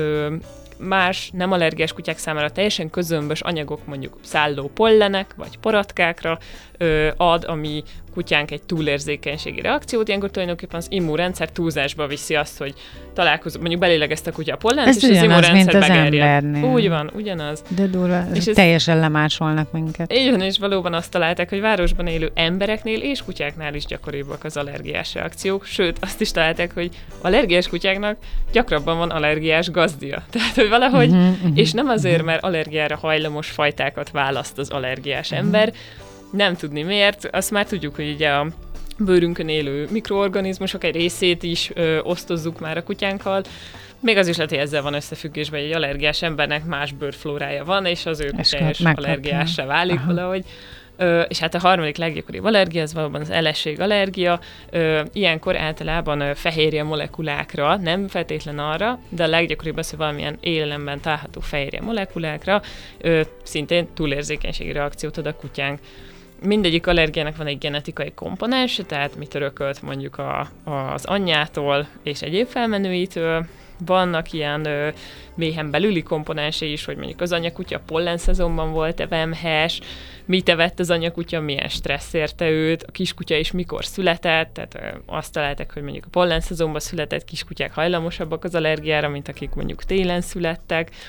más nem allergiás kutyák számára teljesen közömbös anyagok, mondjuk szálló pollenek, vagy paratkákra ad, ami kutyánk egy túlérzékenységi reakciót, ilyenkor tulajdonképpen az immunrendszer túlzásba viszi azt, hogy találkozunk, mondjuk belélegezte a kutya a pollent, és az immunrendszer megerjed. Úgy van, ugyanaz. De durva, és teljesen lemásolnak minket. Így van, és valóban azt találták, hogy városban élő embereknél és kutyáknál is gyakoribbak az allergiás reakciók, sőt, azt is találták, hogy allergiás kutyáknak gyakrabban van allergiás gazdia. Tehát, hogy valahogy, és nem azért, mert allergiára hajlamos fajtákat választ az allergiás ember, nem tudni miért, azt már tudjuk, hogy ugye a bőrünkön élő mikroorganizmusok egy részét is osztozzuk már a kutyánkkal. Még az is lehet, hogy ezzel van összefüggésben, hogy egy allergiás embernek más bőrflórája van, és az ő kutyája allergiásra válik valahogy. És hát a harmadik leggyakoribb allergia, az valóban az ellenségallergia. Ilyenkor általában fehérje molekulákra, nem feltétlen arra, de a leggyakoribb az, hogy valamilyen élelemben található fehérje molekulákra szintén túlérzékenységi reakciót ad a kutyánk. Mindegyik allergiának van egy genetikai komponens, tehát mit örökölt mondjuk az anyjától és egyéb felmenőitől. Vannak ilyen méhen belüli komponensei is, hogy mondjuk az anyakutya pollen szezonban volt-e vemhes, mit evett az anyakutya, milyen stressz érte őt, a kiskutya is mikor született, tehát azt találták, hogy mondjuk a pollen szezonban született kiskutyák hajlamosabbak az allergiára, mint akik mondjuk télen születtek.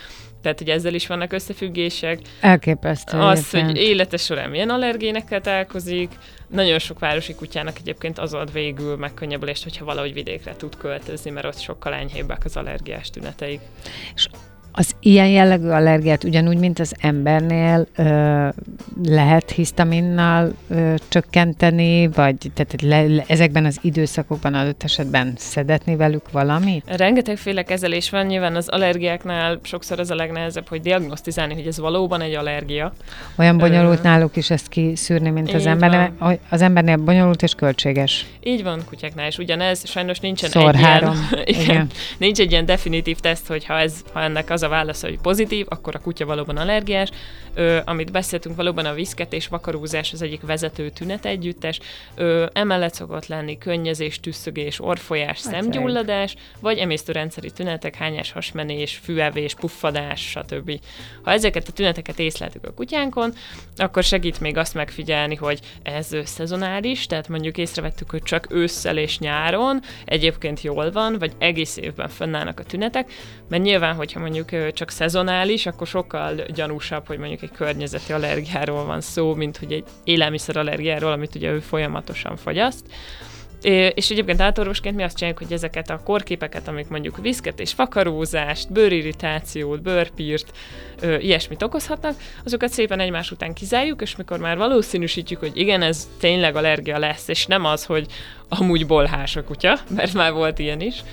Tehát, hogy ezzel is vannak összefüggések. Elképesztő. Az, hogy élete során milyen allergénekkel találkozik. Nagyon sok városi kutyának egyébként az ad végül megkönnyebbülést, hogyha valahogy vidékre tud költözni, mert ott sokkal enyhébbek az allergiás tüneteik. És az ilyen jellegű allergiát ugyanúgy, mint az embernél lehet hisztaminnal csökkenteni, vagy tehát ezekben az időszakokban adott esetben szedetni velük valamit? Rengetegféle kezelés van, nyilván az allergiáknál sokszor az a legnehezebb, hogy diagnosztizálni, hogy ez valóban egy allergia. Olyan bonyolult náluk is ezt kiszűrni, mint az embernél. Az embernél bonyolult és költséges. Így van, kutyáknál is ugyanez, sajnos nincsen nincs egy ilyen definitív teszt, hogy ha ennek az a válasz, hogy pozitív, akkor a kutya valóban allergiás. Amit beszéltünk, valóban a viszketés, vakarózás az egyik vezető tünet együttes. Emellett szokott lenni könnyezés, tüsszögés, orrfolyás, szemgyulladás, vagy emésztőrendszeri tünetek, hányás, hasmenés, fülevés, puffadás, stb. Ha ezeket a tüneteket észleltük a kutyánkon, akkor segít még azt megfigyelni, hogy ez szezonális, tehát mondjuk észrevettük, hogy csak ősszel és nyáron egyébként jól van, vagy egész évben fönnállnak a tünetek, mert nyilván, hogyha mondjuk csak szezonális, akkor sokkal gyanúsabb, hogy mondjuk egy környezeti allergiáról van szó, mint hogy egy élelmiszer allergiáról, amit ugye ő folyamatosan fogyaszt. És egyébként átorvosként mi azt csináljuk, hogy ezeket a korképeket, amik mondjuk viszketés, vakarózást, bőrirritációt, bőrpírt, ilyesmit okozhatnak, azokat szépen egymás után kizárjuk, és mikor már valószínűsítjük, hogy igen, ez tényleg allergia lesz, és nem az, hogy amúgy bolhás a kutya, mert már volt ilyen is,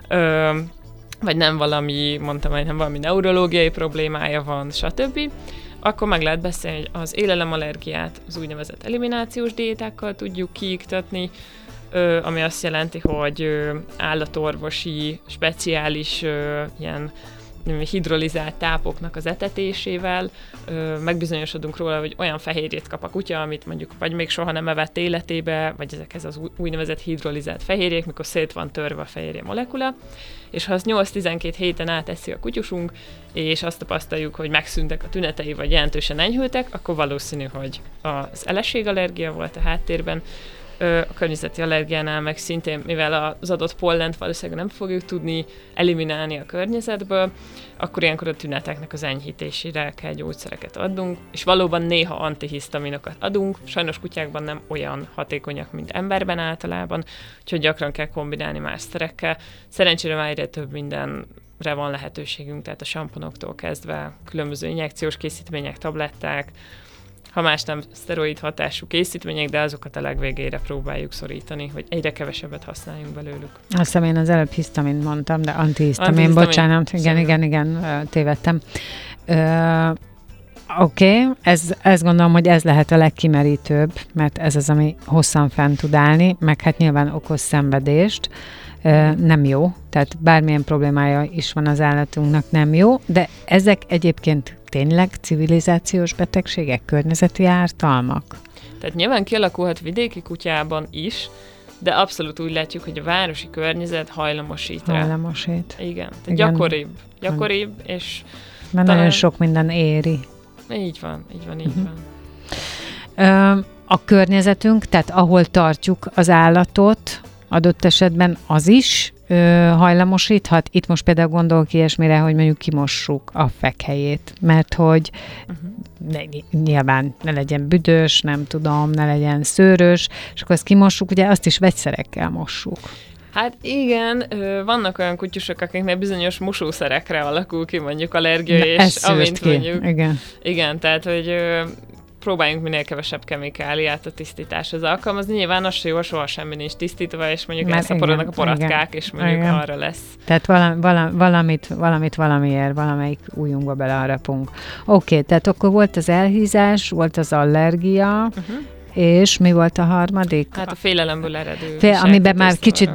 vagy nem valami, mondtam, hogy nem valami neurológiai problémája van, stb., akkor meg lehet beszélni, hogy az élelemallergiát az úgynevezett eliminációs diétákkal tudjuk kiiktatni, ami azt jelenti, hogy állatorvosi, speciális ilyen hidrolizált tápoknak az etetésével megbizonyosodunk róla, hogy olyan fehérjét kap a kutya, amit mondjuk vagy még soha nem evett életébe, vagy ezekhez az úgynevezett hidrolizált fehérjék, mikor szét van törve a fehérje molekula, és ha azt 8-12 héten áteszi a kutyusunk, és azt tapasztaljuk, hogy megszűntek a tünetei, vagy jelentősen enyhültek, akkor valószínű, hogy az elességallergia volt a háttérben. A környezeti allergiánál meg szintén, mivel az adott pollent valószínűleg nem fogjuk tudni eliminálni a környezetből, akkor ilyenkor a tüneteknek az enyhítésére kell gyógyszereket adnunk, és valóban néha antihisztaminokat adunk, sajnos kutyákban nem olyan hatékonyak, mint emberben általában, úgyhogy gyakran kell kombinálni más szerekkel. Szerencsére már egyre több mindenre van lehetőségünk, tehát a samponoktól kezdve különböző injekciós készítmények, tabletták, ha más nem szteroid hatású készítmények, de azokat a legvégére próbáljuk szorítani, hogy egyre kevesebbet használjunk belőlük. Azt hiszem, én az előbb hisztamint mondtam, de antihisztamin, bocsánat, igen, tévedtem. Oké, ezt gondolom, hogy ez lehet a legkimerítőbb, mert ez az, ami hosszan fenn tud állni, meg hát nyilván okoz szenvedést, nem jó, tehát bármilyen problémája is van az állatunknak, nem jó, de ezek egyébként tényleg civilizációs betegségek, környezeti ártalmak? Tehát nyilván kialakulhat vidéki kutyában is, de abszolút úgy látjuk, hogy a városi környezet hajlamosít rá. Hajlamosít. Igen, tehát gyakoribb, és mert nagyon sok minden éri. Így van. A környezetünk, tehát ahol tartjuk az állatot, adott esetben az is hajlamosíthat. Itt most például gondolok ilyesmire, hogy mondjuk kimossuk a fekhelyét, mert hogy nyilván ne legyen büdös, nem tudom, ne legyen szőrös, és akkor azt kimossuk, ugye azt is vegyszerekkel mossuk. Hát igen, vannak olyan kutyusok, akiknek bizonyos mosószerekre alakul ki mondjuk allergia, és amint mondjuk... Igen, tehát, hogy próbáljunk minél kevesebb kemikáliát a tisztításhoz alkalmazni. Nyilván az jó, soha semmi nincs tisztítva, és mondjuk elszaporodnak a poratkák, és mondjuk arra lesz. Tehát valamit valamiért, valamelyik ujjunkba beleharapunk. Oké, tehát akkor volt az elhízás, volt az allergia, és mi volt a harmadik? Hát a félelemből eredő amiben már kicsit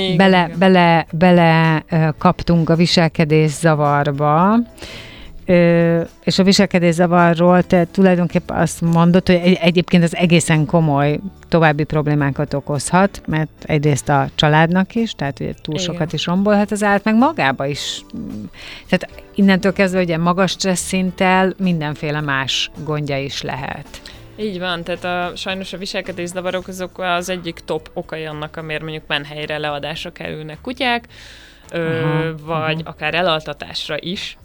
bele kaptunk a viselkedészavarba, és a viselkedészavarról te tulajdonképpen azt mondod, hogy egyébként az egészen komoly további problémákat okozhat, mert egyrészt a családnak is, tehát ugye túl sokat is rombolhat az állat, meg magába is. Tehát innentől kezdve ugye magas stressz szinttel mindenféle más gondja is lehet. Így van, tehát sajnos a viselkedészavarok azok az egyik top okai annak, amiért mondjuk menhelyre leadásra kerülnek kutyák, vagy akár elaltatásra is.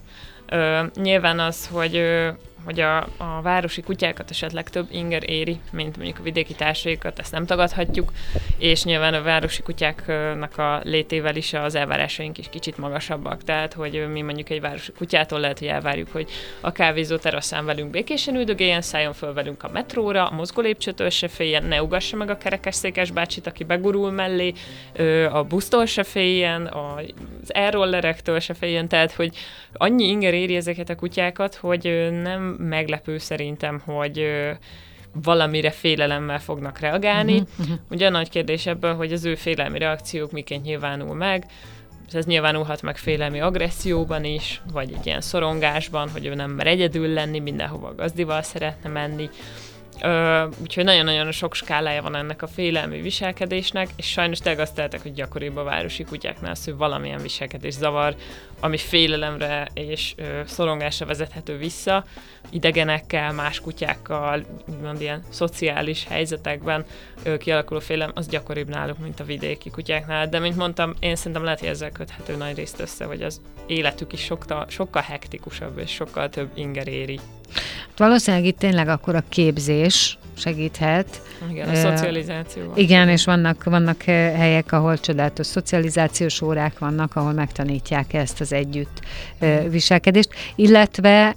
Nyilván az, hogy a városi kutyákat esetleg több inger éri, mint mondjuk a vidéki társaikat, ezt nem tagadhatjuk, és nyilván a városi kutyáknak a létével is az elvárásaink is kicsit magasabbak, tehát hogy mi mondjuk egy városi kutyától lehet, hogy elvárjuk, hogy a kávézó teraszán velünk békésen üldögéljen, szálljon föl velünk a metróra, a mozgólépcsőtől se féljen, ne ugassa meg a kerekesszékes bácsit, aki begurul mellé, a busztól se féljen, az e-rollerektől se féljen, tehát hogy annyi inger éri ezeket a kutyákat, hogy nem meglepő szerintem, hogy valamire félelemmel fognak reagálni. Ugye a nagy kérdés ebből, hogy az ő félelmi reakciók miként nyilvánul meg. Ez nyilvánulhat meg félelmi agresszióban is, vagy egy ilyen szorongásban, hogy ő nem mer egyedül lenni, mindenhova a gazdival szeretne menni. Úgyhogy nagyon-nagyon sok skálája van ennek a félelmi viselkedésnek, és sajnos tényleg azt tehetek, hogy gyakoribb a városi kutyáknál az, hogy valamilyen viselkedés zavar, ami félelemre és szorongásra vezethető vissza, idegenekkel, más kutyákkal, úgymond ilyen szociális helyzetekben kialakuló félelem, az gyakoribb náluk, mint a vidéki kutyáknál. De mint mondtam, én szerintem lehet, hogy ezzel köthető nagy részt össze, hogy az életük is sokkal hektikusabb, és sokkal több inger éri. Valószínűleg itt tényleg akkor a képzés segíthet. Igen, a szocializáció. Igen, és vannak helyek, ahol csodálatos szocializációs órák vannak, ahol megtanítják ezt az együtt viselkedést. Illetve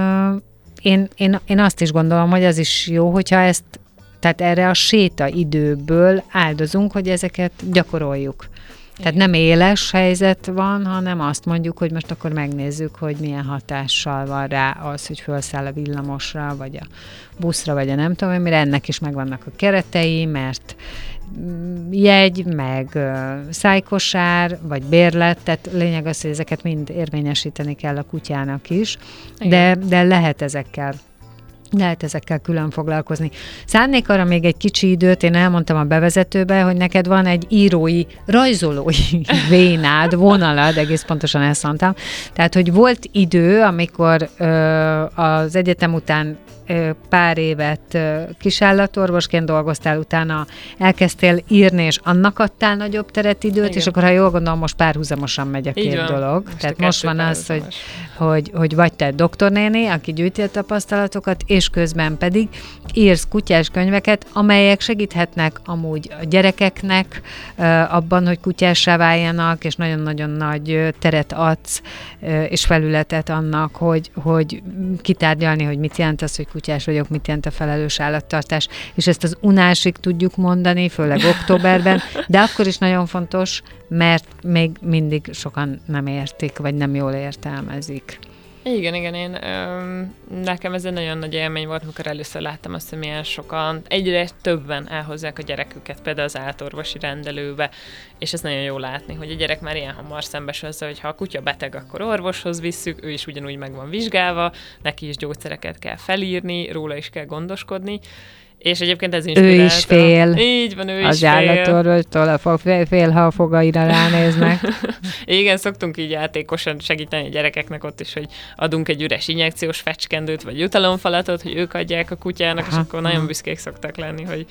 én azt is gondolom, hogy az is jó, hogyha tehát erre a sétaidőből áldozunk, hogy ezeket gyakoroljuk. Tehát nem éles helyzet van, hanem azt mondjuk, hogy most akkor megnézzük, hogy milyen hatással van rá az, hogy felszáll a villamosra, vagy a buszra, vagy a nem tudom, mire ennek is megvannak a keretei, mert jegy, meg szájkosár, vagy bérlet, tehát lényeg az, hogy ezeket mind érvényesíteni kell a kutyának is, de lehet ezekkel külön foglalkozni. Szánnék arra még egy kicsi időt, én elmondtam a bevezetőbe, hogy neked van egy írói, rajzolói vénád, vonalad, egész pontosan ezt mondtam. Tehát, hogy volt idő, amikor az egyetem után pár évet kisállatorvosként dolgoztál, utána elkezdtél írni, és annak adtál nagyobb teret időt, igen. És akkor, ha jól gondolom, most párhuzamosan megy a két dolog. Tehát most van az, hogy vagy te doktornéni, aki gyűjti a tapasztalatokat, és közben pedig írsz kutyás könyveket, amelyek segíthetnek amúgy a gyerekeknek abban, hogy kutyássá váljanak, és nagyon-nagyon nagy teret adsz, és felületet annak, hogy kitárgyalni, hogy mit jelent az, hogy kutyás vagyok, mit jelent a felelős állattartás, és ezt az unásig tudjuk mondani, főleg októberben, de akkor is nagyon fontos, mert még mindig sokan nem értik, vagy nem jól értelmezik. Igen, nekem ez egy nagyon nagy élmény volt, amikor először láttam azt, hogy milyen sokan, egyre többen elhozzák a gyereküket például az állatorvosi rendelőbe, és ez nagyon jó látni, hogy a gyerek már ilyen hamar szembesül azzal, hogy ha a kutya beteg, akkor orvoshoz visszük, ő is ugyanúgy meg van vizsgálva, neki is gyógyszereket kell felírni, róla is kell gondoskodni, és egyébként ez inspirálta. Ő is fél. Így van, ő az is fél. Az állatorvostól fél, ha a fogaira ránéznek. Igen, szoktunk így játékosan segíteni a gyerekeknek ott is, hogy adunk egy üres injekciós fecskendőt, vagy jutalomfalatot, hogy ők adják a kutyának, és akkor nagyon büszkék szoktak lenni, hogy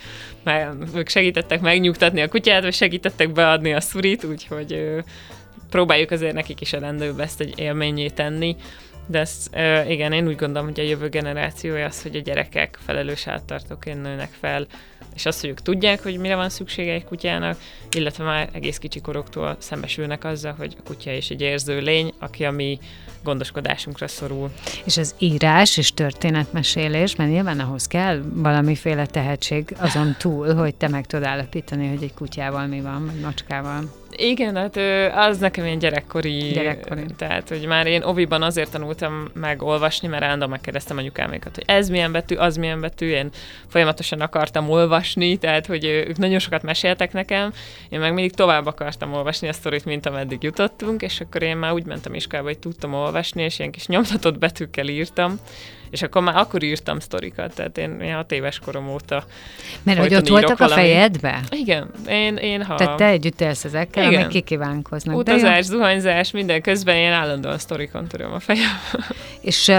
ők segítettek megnyugtatni a kutyát, vagy segítettek beadni a szurit, úgyhogy próbáljuk azért nekik is a rendőrbe ezt egy élményé tenni. De ezt, igen, én úgy gondolom, hogy a jövő generációja az, hogy a gyerekek felelős állattartóként nőnek fel, és azt, hogy ők tudják, hogy mire van szüksége egy kutyának, illetve már egész kicsi koroktól szembesülnek azzal, hogy a kutya is egy érző lény, aki a mi gondoskodásunkra szorul. És az írás és történetmesélés, mert nyilván ahhoz kell valamiféle tehetség azon túl, hogy te meg tudod állapítani, hogy egy kutyával mi van, vagy macskával. Igen, hát az nekem ilyen gyerekkori. Tehát, hogy már én oviban azért tanultam meg olvasni, mert állandóan megkérdeztem anyukámékat, hogy ez milyen betű, az milyen betű, én folyamatosan akartam olvasni, tehát, hogy ők nagyon sokat meséltek nekem, én meg mindig tovább akartam olvasni a sztorit, mint ameddig jutottunk, és akkor én már úgy mentem iskolába, hogy tudtam olvasni, és ilyen kis nyomtatott betűkkel írtam, és akkor írtam sztorikat, tehát én 6 éves korom óta. Mert hogy ott voltak a fejedbe? Igen, én Tehát te együtt élsz ezekkel, amik kikívánkoznak. Utazás, zuhanyzás, minden közben én állandóan sztorikon töröm a fejem. És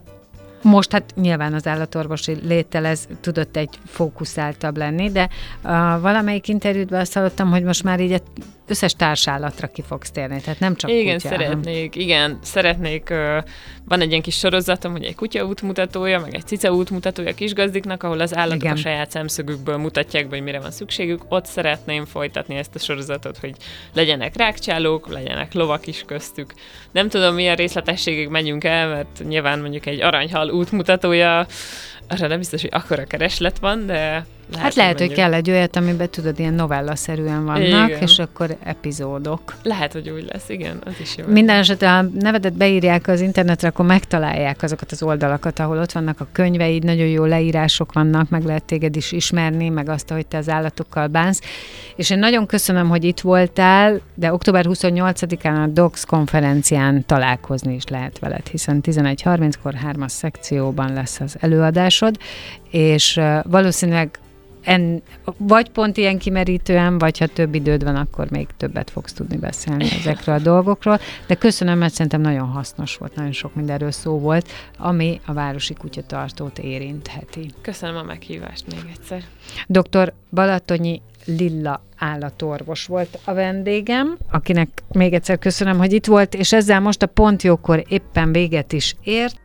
most hát nyilván az állatorvosi léttel ez tudott egy fókuszáltabb lenni, de valamelyik interjútban azt hallottam, hogy most már így összes társállatra ki fogsz térni, tehát nem csak igen, kutya. szeretnék, van egy ilyen kis sorozatom, hogy egy kutya útmutatója, meg egy cica útmutatója kisgazdiknak, ahol az állatok Igen. a saját szemszögükből mutatják be, hogy mire van szükségük. Ott szeretném folytatni ezt a sorozatot, hogy legyenek rákcsálók, legyenek lovak is köztük. Nem tudom, milyen részletességig megyünk el, mert nyilván mondjuk egy aranyhal útmutatója, arra nem biztos, hogy akkora kereslet van, de lehet, hogy kell egy olyat, amiben tudod, ilyen novellaszerűen vannak, igen. és akkor epizódok. Lehet, hogy úgy lesz, igen, az is jó. Minden esetre, ha nevedet beírják az internetre, akkor megtalálják azokat az oldalakat, ahol ott vannak a könyveid, nagyon jó leírások vannak, meg lehet téged is ismerni, meg azt, hogy te az állatokkal bánsz. És én nagyon köszönöm, hogy itt voltál, de október 28-án a Dogs konferencián találkozni is lehet veled, hiszen 11:30-kor 3-as szekcióban lesz az előadásod, és valószínűleg vagy pont ilyen kimerítően, vagy ha több időd van, akkor még többet fogsz tudni beszélni ezekről a dolgokról. De köszönöm, mert szerintem nagyon hasznos volt, nagyon sok mindenről szó volt, ami a városi kutyatartót érintheti. Köszönöm a meghívást még egyszer. Dr. Balatonyi Lilla állatorvos volt a vendégem, akinek még egyszer köszönöm, hogy itt volt, és ezzel most a Pont Jókor éppen véget is ért.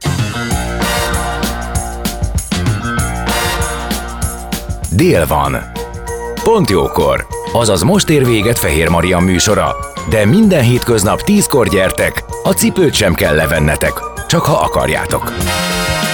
Dél van. Pont jókor. Azaz most ér véget Fehér Marian műsora. De minden hétköznap 10-kor gyertek, a cipőt sem kell levennetek, csak ha akarjátok.